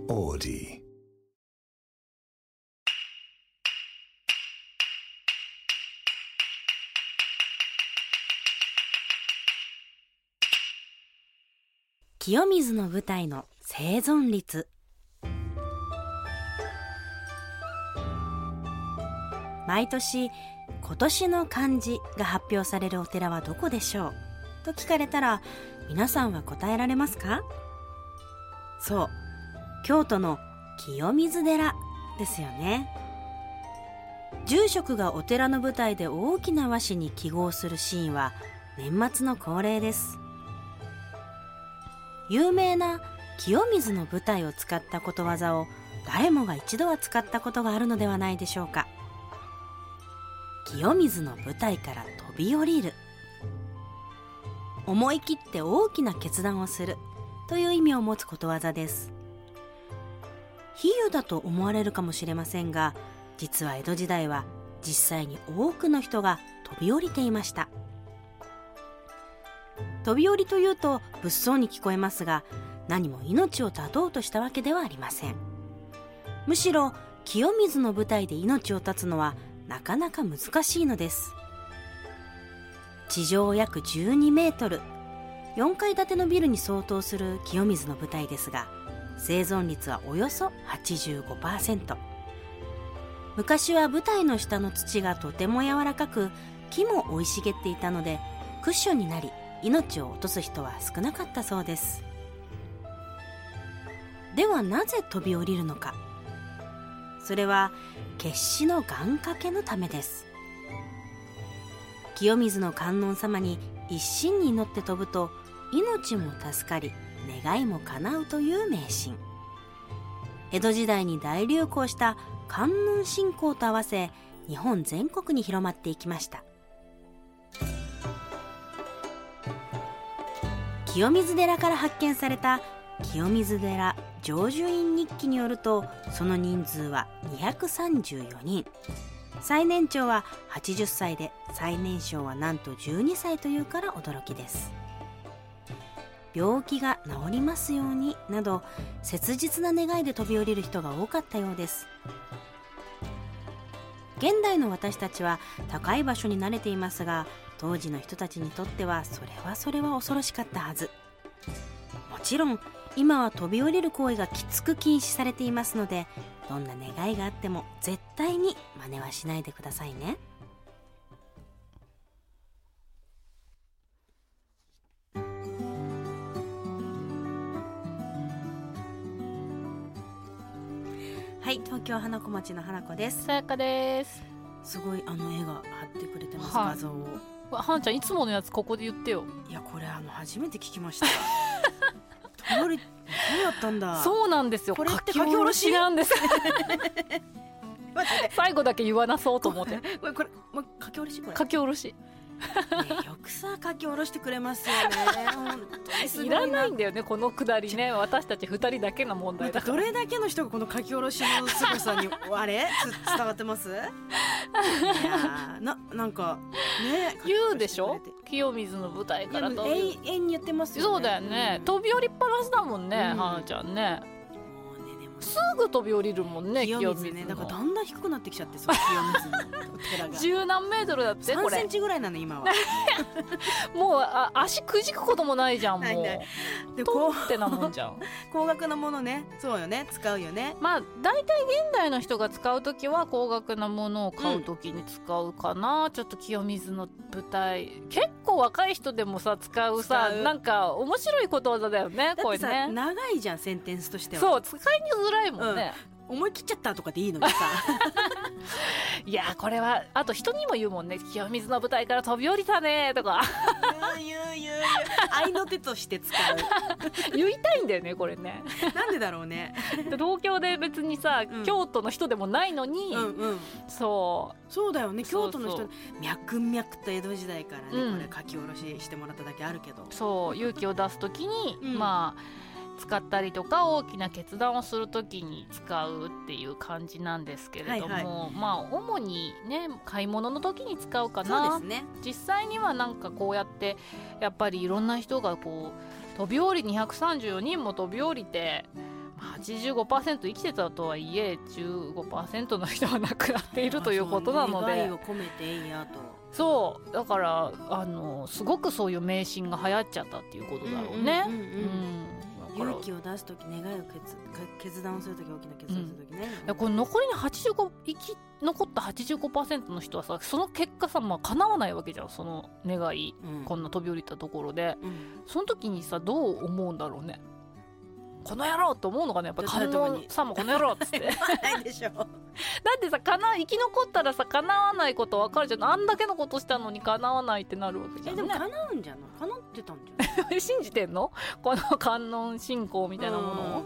Audi. 清水の舞台の生存率。毎年今年の漢字が発表されるお寺はどこでしょうと聞かれたら、皆さんは答えられますか？そう、京都の清水寺ですよね。住職がお寺の舞台で大きな和紙に記号するシーンは年末の恒例です。有名な清水の舞台を使ったことわざを誰もが一度は使ったことがあるのではないでしょうか。清水の舞台から飛び降りる、思い切って大きな決断をするという意味を持つことわざです。比喩だと思われるかもしれませんが、実は江戸時代は実際に多くの人が飛び降りていました。飛び降りというと物騒に聞こえますが、何も命を絶とうとしたわけではありません。むしろ清水の舞台で命を絶つのはなかなか難しいのです。地上約12メートル、4階建てのビルに相当する清水の舞台ですが、生存率はおよそ 85%。 昔は舞台の下の土がとても柔らかく、木も生い茂っていたのでクッションになり、命を落とす人は少なかったそうです。ではなぜ飛び降りるのか。それは決死の願掛けのためです。清水の観音様に一心に祈って飛ぶと、命も助かり願いも叶うという迷信。江戸時代に大流行した観音信仰と合わせ、日本全国に広まっていきました。清水寺から発見された清水寺成就院日記によると、その人数は234人。最年長は80歳で、最年少はなんと12歳というから驚きです。病気が治りますようになど、切実な願いで飛び降りる人が多かったようです。現代の私たちは高い場所に慣れていますが、当時の人たちにとってはそれは恐ろしかったはず。もちろん今は飛び降りる行為がきつく禁止されていますので、どんな願いがあっても絶対に真似はしないでくださいね。はい、東京花子町の花子です。 さやかです。 すごい絵が貼ってくれてます、 はい、 画像を。 はなちゃん、いつものやつここで言ってよ。 いや、これ初めて聞きました。飛び降りどうやったんだ。 そうなんですよ、 これって書き下ろしなんです。最後だけ言わなそうと思って。 これもう書き下ろし。これ書き下ろし。 よくさ書き下ろしてくれますよね。本当にすごいな。 いらないんだよね、このくだりね。私たち2人だけの問題だから。 どれだけの人がこの書き下ろしのすごさに伝わってます。いやなんかね、 言うでしょ、清水の舞台からと永遠に言ってますよね。 そうだよね、飛び降りっぱなしだもんね、はなちゃんね。すぐ飛び降りるもんね、 清水ね。だからだんだん低くなってきちゃって、そう清水のお寺が 10何メートルだって、これ 3センチぐらいなの今は。 もう足くじくこともないじゃん。もうでトンってなもんじゃん。 高額なものね。そうよね、使うよね。 まあ大体現代の人が使うときは高額なものを買うときに使うかな、ちょっと清水の舞台。結構若い人でもさ使うさ、なんか面白いことわざだよね。 だってさ、 これね、 長いじゃん、センテンスとしては。 そう、使いづらいもんね、 思い切っちゃったとかでいいのにさ。 いやこれはあと人にも言うもんね。清水の舞台から飛び降りたねとか。 言う愛の手として使う。 言いたいんだよね、これね。 なんでだろうね。 東京で別にさ、京都の人でもないのに、 そうだよね、京都の人脈々と江戸時代からね、これ書き下ろししてもらっただけあるけど、 そう勇気を出すときに、まあ使ったりとか大きな決断をするときに使うっていう感じなんですけれども、まあ主にね買い物の時に使うかな。 そうですね。 実際にはなんかこうやってやっぱりいろんな人がこう飛び降り234人も飛び降りて、まあ 85%生きてたとはいえ 15% の人が亡くなっているということなので、 願いを込めていいやと。 そうだからすごくそういう迷信が流行っちゃったっていうことだろうね。 勇気を出すとき、願いを決断をするとき、大きな決断をするときね。 いやこれ残りの生き残った 85% の人はさ、その結果さ、叶わないわけじゃん、その願い、こんな飛び降りたところで、その時にさどう思うんだろうね。この野郎と思うのかね、やっぱり観音さんもこの野郎っつってないでしょだってさ、生き残ったらさ叶わないこと分かるじゃん。あんだけのことしたのに叶わないってなるわけじゃんね。 でも叶うんじゃない、叶ってたんじゃない信じてんのこの観音信仰みたいなものを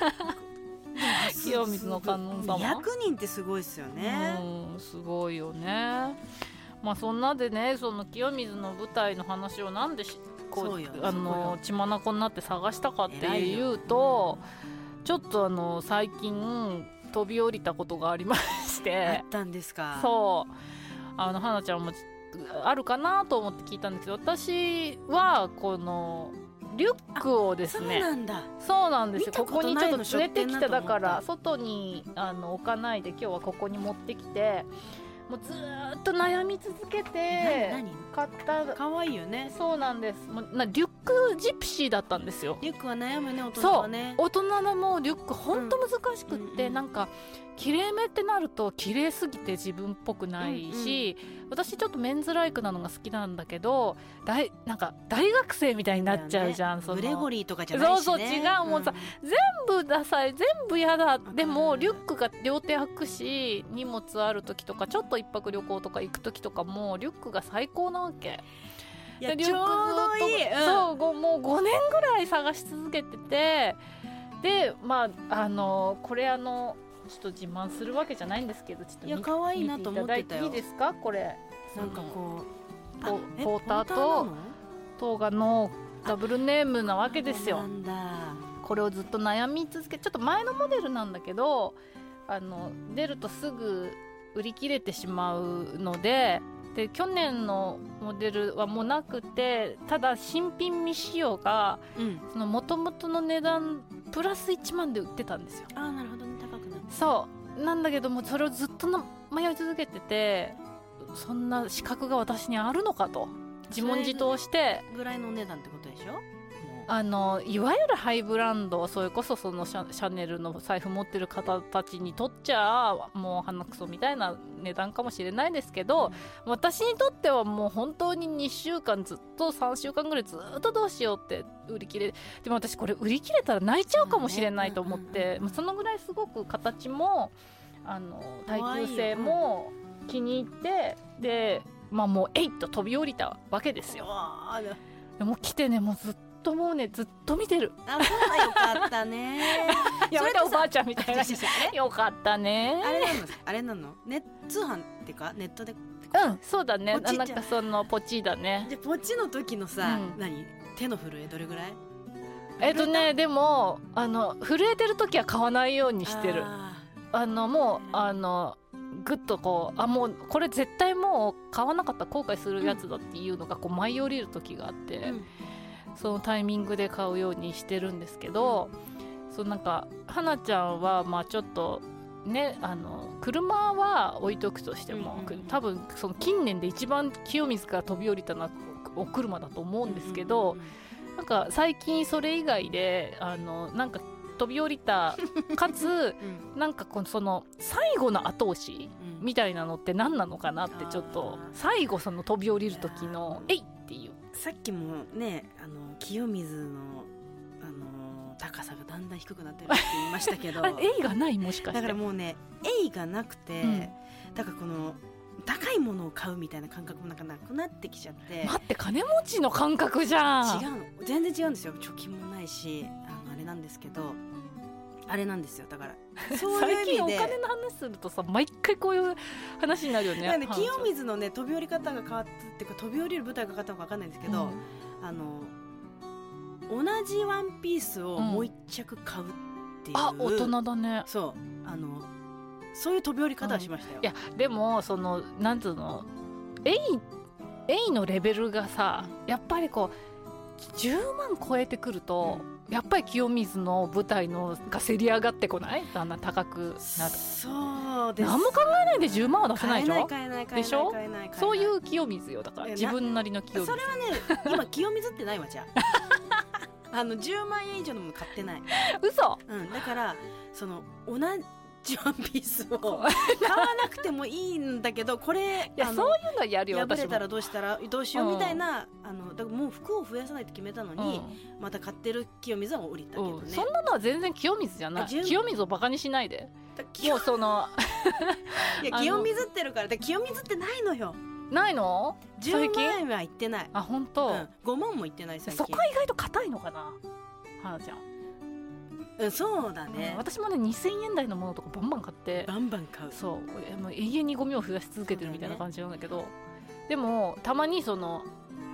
清水の観音様 200人ってすごいっすよね。 すごいよね。そんなでね、その清水の舞台の話をなんでこう血眼になって探したかっていうと、ちょっと最近飛び降りたことがありましてあったんですか。 そう花ちゃんもあるかなと思って聞いたんですけど、私はこのリュックをですね、そうなんですよ、ここにちょっと連れてきて、だから外に置かないで今日はここに持ってきて、もうずーっと悩み続けて買った。 かわいいよね。 そうなんです。リュックジプシーだったんですよ。 リュックは悩むね、大人はね。 そう、大人のもうリュックほんと難しくって、なんか綺麗めってなると綺麗すぎて自分っぽくないし、私ちょっとメンズライクなのが好きなんだけど、なんか大学生みたいになっちゃうじゃん、 グレゴリーとかじゃないしね。 そう違う、もうさ、全部ダサい、全部やだ。でもリュックが両手開くし、荷物ある時とかちょっと一泊旅行とか行く時とかもリュックが最高なわけ。 いや、ちょうどいい。 そう、もう5年ぐらい探し続けてて、でこれちょっと自慢するわけじゃないんですけど、ちょっといや可愛いなと思ってたよ。 いいですか、これ。 なんかこうポーターとトーガのダブルネームなわけですよ。 なんだ。 これをずっと悩み続け、ちょっと前のモデルなんだけど、出るとすぐ売り切れてしまうので、去年のモデルはもうなくて、ただ新品未使用が、その元々の値段プラス1万で売ってたんですよ。 なるほどね、高くなって。 そうなんだけども、それをずっと迷い続けてて、そんな資格が私にあるのかと自問自答して。 ぐらいのお値段ってことでしょ。 いわゆるハイブランド、それこそそのシャネルの財布持ってる方たちにとっちゃもう鼻くそみたいな値段かもしれないですけど、私にとってはもう本当に2週間ずっと3週間ぐらいずっとどうしようって売り切れ。でも私これ売り切れたら泣いちゃうかもしれないと思って、そのぐらいすごく形も耐久性も気に入って、でもうと飛び降りたわけですよ。でも来てね、もうずっと見てる。 そうだ、よかったねやめた、おばあちゃんみたいなよかったね。 あれなの通販っていうかネットで。 そうだね、なんかそのポチだね。 じゃポチの時のさ、手の震えどれぐらい？ でも震えてる時は買わないようにしてる。もうぐっとこう、もうこれ絶対もう買わなかったら後悔するやつだっていうのがこう舞い降りる時があって、そのタイミングで買うようにしてるんですけど、そうなんか花ちゃんはちょっとね、車は置いとくとしても、多分その近年で一番清水から飛び降りたのはお車だと思うんですけど、なんか最近それ以外でなんか飛び降りたかつなんかその最後の後押しみたいなのって何なのかなって、ちょっと最後その飛び降りる時のえいっていう。 さっきもね、清水の高さがだんだん低くなってるって言いましたけどエイがない、もしかして。 だからもうね、エイがなくて、だからこの高いものを買うみたいな感覚もなんかなくなってきちゃって。 待って、金持ちの感覚じゃん。 違うの、全然違うんですよ。貯金もないしあれなんですけど、あれなんですよ。だからそういう意味で最近お金の話するとさ、毎回こういう話になるよね。 なんで清水のね、飛び降り方が変わったっていうか、飛び降りる舞台が変わったのか分かんないんですけど、同じワンピースをもう一着買うっていう、 大人だね。 そういう飛び降り方はしましたよ。 いやでもそのなんつうの、エイのレベルがさ、やっぱりこう 10万超えてくると、やっぱり清水の舞台のがせり上がってこない？だんだん高くなる。 そうです。 何も考えないで10万は出せないでしょ。 買えないでしょ。そういう清水よ。だから自分なりの清水。 それはね、今清水ってないわじゃあ10万円以上のもの買ってない。 嘘。 だからその同じワンピースを買わなくてもいいんだけど、これいやそういうのやるよ。 破れたらどうしようみたいな、だからもう服を増やさないと決めたのに、また買ってる清水は降りたけどね、 そんなのは全然清水じゃない。清水をバカにしないで。もうそのいや清水ってるから。で清水ってないのよ。 ないの ？10万円は行ってない。 あ、本当。 5万も行ってない最近。 そこは意外と硬いのかな、はなちゃん。 そうだね、 私もね2000円台のものとかバンバン買って、 バンバン買う。 そうもう永遠にゴミを増やし続けてるみたいな感じなんだけど、でもたまにその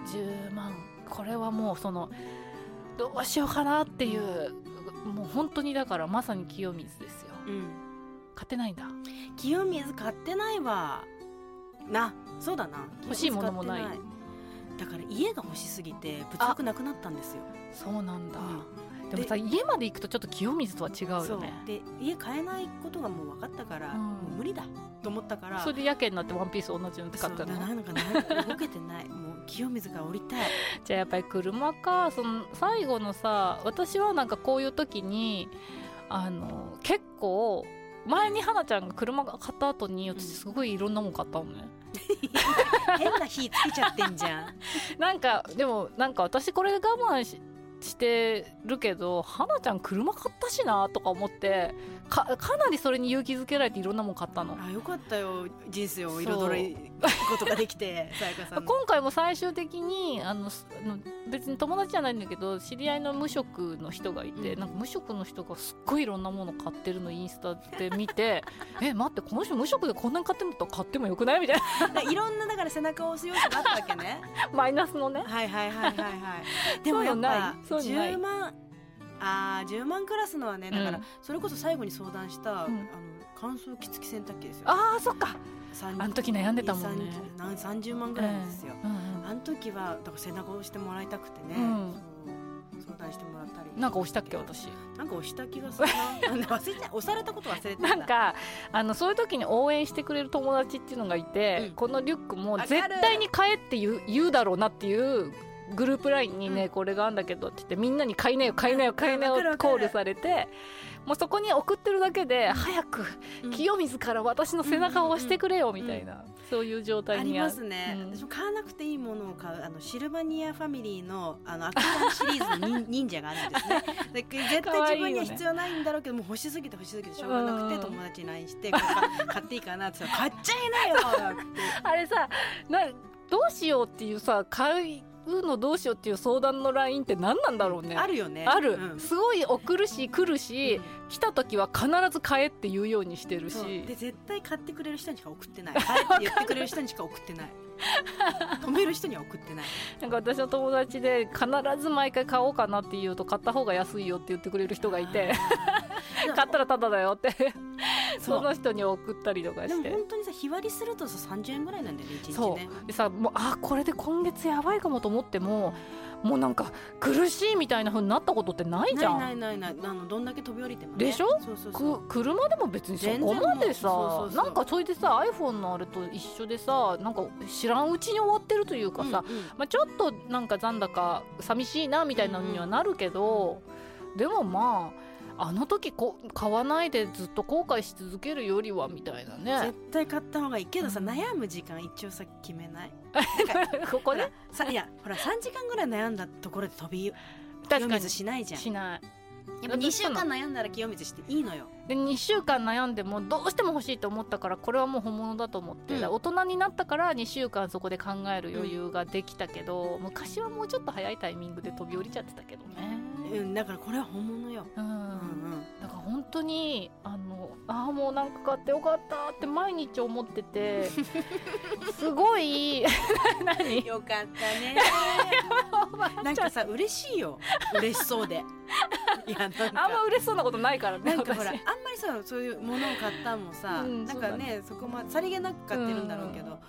10万、これはもうそのどうしようかなっていう、もう本当にだからまさに清水ですよ。買ってないんだ。 清水買ってないわな。そうだな、 欲しいものもない。 だから家が欲しすぎて物欲なくなったんですよ。 そうなんだ。でもさ、家まで行くとちょっと清水とは違うよね。 で家買えないことがもう分かったから、もう無理だと思ったから、 それでやけになってワンピース同じの使ったの。 なんか動けてない。もう清水から降りたい。 じゃあやっぱり車か。その最後のさ、私はなんかこういう時に結構前に花ちゃんが車が買った後に私すごいいろんなもん買ったのね。 変な火つけちゃってんじゃん。 なんかでもなんか私これ我慢してるけど、花ちゃん車買ったしなとか思ってかなりそれに勇気づけられていろんなもん買ったの。 よかったよ、人生を彩ることができて。さやかさん今回も最終的に別に友達じゃないんだけど知り合いの無職の人がいて、なんか無職の人がすっごいいろんなもの買ってるのインスタで見て待って、この人無職でこんなに買ってるんだったら買ってもよくないみたいな。 いろんなだから背中を押す要素があったわけね。 マイナスのね。 でもやっぱ10万クラスのはね、だからそれこそ最後に相談した乾燥機付き洗濯機ですよ。 そっか。あの時悩んでたもんね。 30万ぐらいなんですよ。あの時はだから背中を押してもらいたくてね、相談してもらったり。 なんか押したっけ私。 なんか押した気がするな。押されたこと忘れてた。 なんかそういう時に応援してくれる友達っていうのがいて、このリュックも絶対に買えって言うだろうなっていうグループラインにね、これがあるんだけどって言って、みんなに買いなよ買いなよ買いなよってコールされて、もうそこに送ってるだけで、早く清水から私の背中を押してくれよみたいな、そういう状態にありますね。私も買わなくていいものを買うシルバニアファミリーのアクションシリーズの忍者があるんですね。絶対自分には必要ないんだろうけど、もう欲しすぎてしょうがなくて、友達に LINE して買っていいかなって言ったら、買っちゃいなよって。 あれさ、どうしようっていうさ、買うのどうしようっていう相談の LINE って何なんだろうね。 あるよね。 ある、すごい送るし来るし、来た時は必ず買えって言うようにしてるし、 で絶対買ってくれる人にしか送ってない。買えって言ってくれる人にしか送ってない。止める人には送ってない。 なんか私の友達で必ず毎回買おうかなって言うと、買った方が安いよって言ってくれる人がいて買ったらタダだよってその人に送ったりとかして。 でも本当にさ、日割りするとさ30円ぐらいなんだよね、1日ね。 そうでさ、もうこれで今月やばいかもと思っても、もうなんか苦しいみたいな風になったことってないじゃん。 ないどんだけ飛び降りてもね。 でしょ。車でも別にそこまでさ、なんかそれでさ iPhone のあれと一緒でさ、なんか知らんうちに終わってるというかさ、ちょっとなんか残高寂しいなみたいなのにはなるけど、でもまああの時買わないでずっと後悔し続けるよりはみたいなね。 絶対買った方がいいけどさ、悩む時間一応さ決めない。 ここね。 いやほら3時間ぐらい悩んだところで清水しないじゃん。 しない。 やっぱ2週間悩んだら清水していいのよ。 で2週間悩んでもどうしても欲しいと思ったから、これはもう本物だと思って、大人になったから2週間そこで考える余裕ができたけど、昔はもうちょっと早いタイミングで飛び降りちゃってたけどね。 だからこれは本物よ。 だから本当にもうなんか買ってよかったって毎日思っててすごい何よかったね。なんかさ嬉しいよ、嬉しそうで。いやなんかあんま嬉しそうなことないからね。 なんかほらあんまりさ、そういうものを買ったもさ、なんかね、そこまでさりげなく買ってるんだろうけど、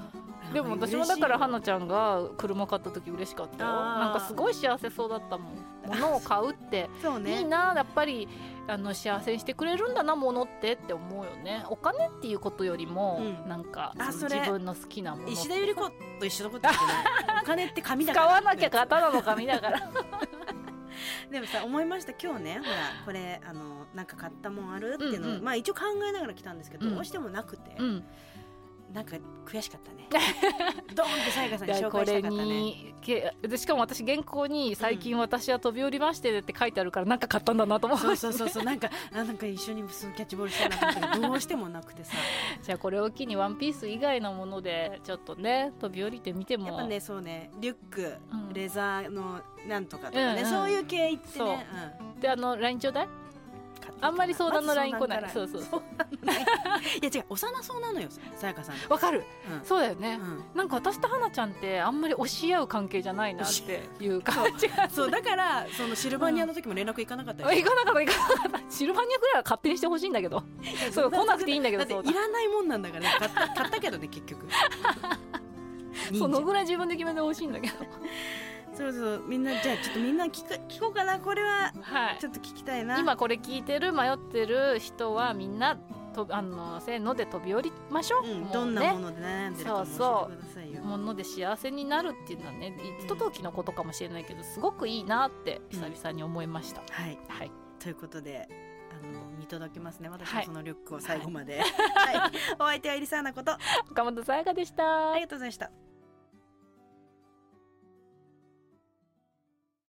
でも私もだから花ちゃんが車買った時嬉しかったよ。なんかすごい幸せそうだったもん。物を買うっていいな、やっぱり幸せにしてくれるんだな物って思うよね。お金っていうことよりも、なんか自分の好きなもの。 石田ゆり子と一緒のこと言ってない。お金って紙だから使わなきゃ刀の紙だからでもさ、思いました。今日ね、ほらこれなんか買ったもんあるっていうのを、まあ一応考えながら来たんですけど、どうしてもなくて、なんか悔しかったねドーンってさやかさんに紹介したかったね。 でしかも私原稿に最近私は飛び降りましてって書いてあるから、なんか買ったんだなと思う。 そうなんか一緒にキャッチボールしたいなと思ったけどどうしてもなくてさじゃあこれを機にワンピース以外のものでちょっとね飛び降りてみても。 やっぱね、そうね、リュック、レザーのなんとかとかね、そういう系行ってね。 でLINE ちょうだい。あんまり相談の LINE 来ない。そういや違う、幼そうなのよさやかさん。 わかる、そうだよね、なんか私と花ちゃんってあんまり押し合う関係じゃないなっていう感じがそうだからそのシルバニアの時も連絡行かなかったよ。 行かなかったシルバニアぐらいは勝手にしてほしいんだけどそう来なくていいんだけど、 だっていらないもんなんだからね。買ったけどね結局そのぐらい自分で決めてほしいんだけどそうみんな、じゃあちょっとみんな聞こうかな。これはちょっと聞きたいな。 今これ聞いてる迷ってる人はみんなせーので飛び降りましょう、 どんなもので悩んでるかも教えてくださいよ。 もので幸せになるっていうのはね、ひとときのことかもしれないけどすごくいいなって久々に思いました、 ということで見届けますね、私もそのリュックを最後まで、お相手は入澤菜子と岡本さやかでした。 ありがとうございました。